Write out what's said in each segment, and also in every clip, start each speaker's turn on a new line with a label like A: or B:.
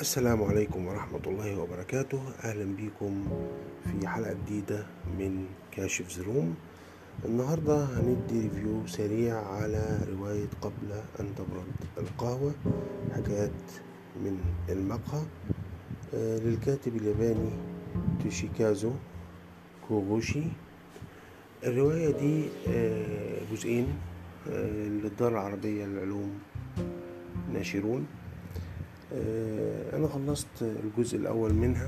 A: السلام عليكم ورحمة الله وبركاته. أهلا بكم في حلقة جديدة من كاشف زروم. النهاردة هندي ريفيو سريع على رواية قبل أن تبرد القهوة، حكايات من المقهى للكاتب الياباني توشيكازو كوغوشي. الرواية دي جزئين للدار العربية للعلوم ناشرون. أنا خلصت الجزء الأول منها.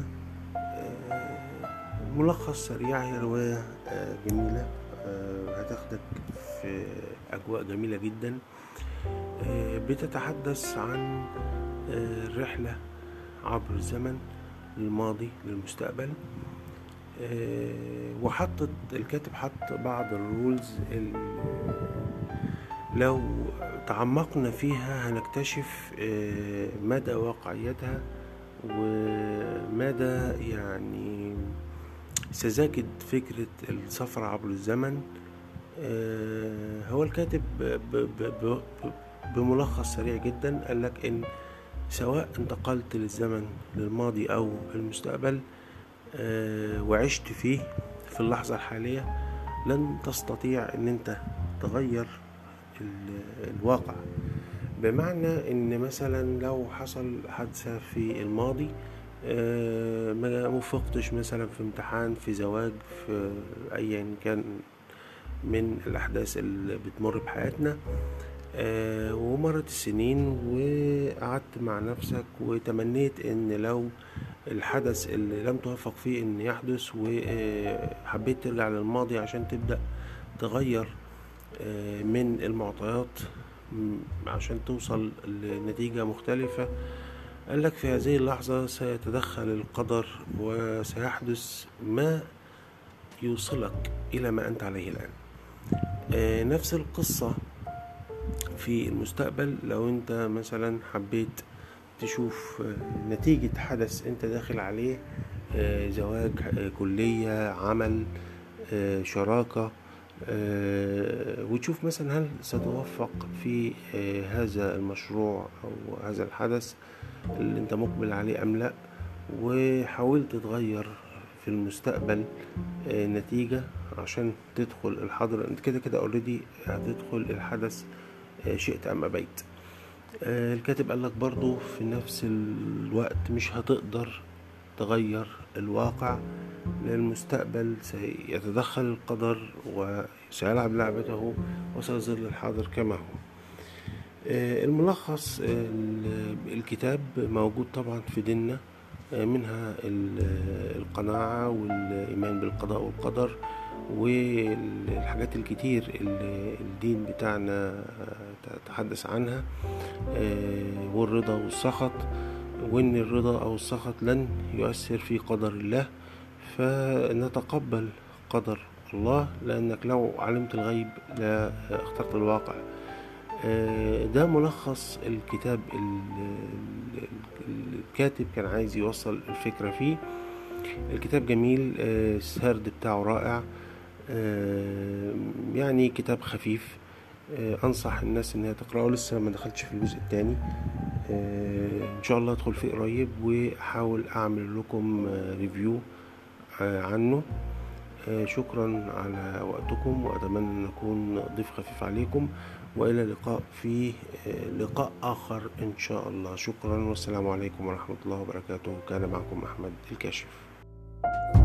A: ملخص سريع، هي رواية جميلة هتاخدك في أجواء جميلة جدا. بتتحدث عن الرحلة عبر الزمن للماضي للمستقبل، الكاتب حط بعض الرولز لو تعمقنا فيها هنكتشف مدى واقعيتها ومدى سذاجة فكرة السفر عبر الزمن. هو الكاتب بملخص سريع جدا قال لك إن سواء انتقلت للزمن للماضي أو المستقبل وعشت فيه في اللحظة الحالية، لن تستطيع أن أنت تغير الواقع. بمعنى ان مثلا لو حصل حادثة في الماضي، ما موفقتش مثلا في امتحان، في زواج، في ايا كان من الاحداث اللي بتمر بحياتنا، ومرت السنين وقعدت مع نفسك وتمنيت ان لو الحدث اللي لم توفق فيه ان يحدث وحبيت ترجع للماضي عشان تبدأ تغير من المعطيات عشان توصل لنتيجة مختلفة، قالك في هذه اللحظة سيتدخل القدر وسيحدث ما يوصلك إلى ما أنت عليه الآن. نفس القصة في المستقبل. لو أنت مثلا حبيت تشوف نتيجة حدث أنت داخل عليه، زواج، كلية، عمل، شراكة، وتشوف مثلا هل ستوفق في هذا المشروع أو هذا الحدث اللي انت مقبل عليه أم لا، وحاولت تغير في المستقبل نتيجة عشان تدخل الحاضر. انت كده اوريدي هتدخل الحدث شئت أم أبيت. الكاتب قالك برضو في نفس الوقت مش هتقدر تغير الواقع، للمستقبل سيتدخل القدر وسيلعب لعبته وسيظل الحاضر كما هو. الملخص، الكتاب موجود طبعا في ديننا، منها القناعة والإيمان بالقضاء والقدر والحاجات الكتير اللي الدين بتاعنا تحدث عنها، والرضا والسخط، وإن الرضا أو السخط لن يؤثر في قدر الله، فنتقبل قدر الله، لأنك لو علمت الغيب لا اخترت الواقع. ده ملخص الكتاب. الكاتب كان عايز يوصل الفكرة فيه. الكتاب جميل، السرد بتاعه رائع، كتاب خفيف. أنصح الناس إنها تقرأه. لسه ما دخلتش في الجزء الثاني، إن شاء الله أدخل فيه قريب وأحاول أعمل لكم ريفيو عنه. شكرا على وقتكم، وأتمنى أن أكون ضيف خفيف عليكم، وإلى اللقاء في لقاء آخر إن شاء الله. شكرا والسلام عليكم ورحمة الله وبركاته. كان معكم أحمد الكاشف.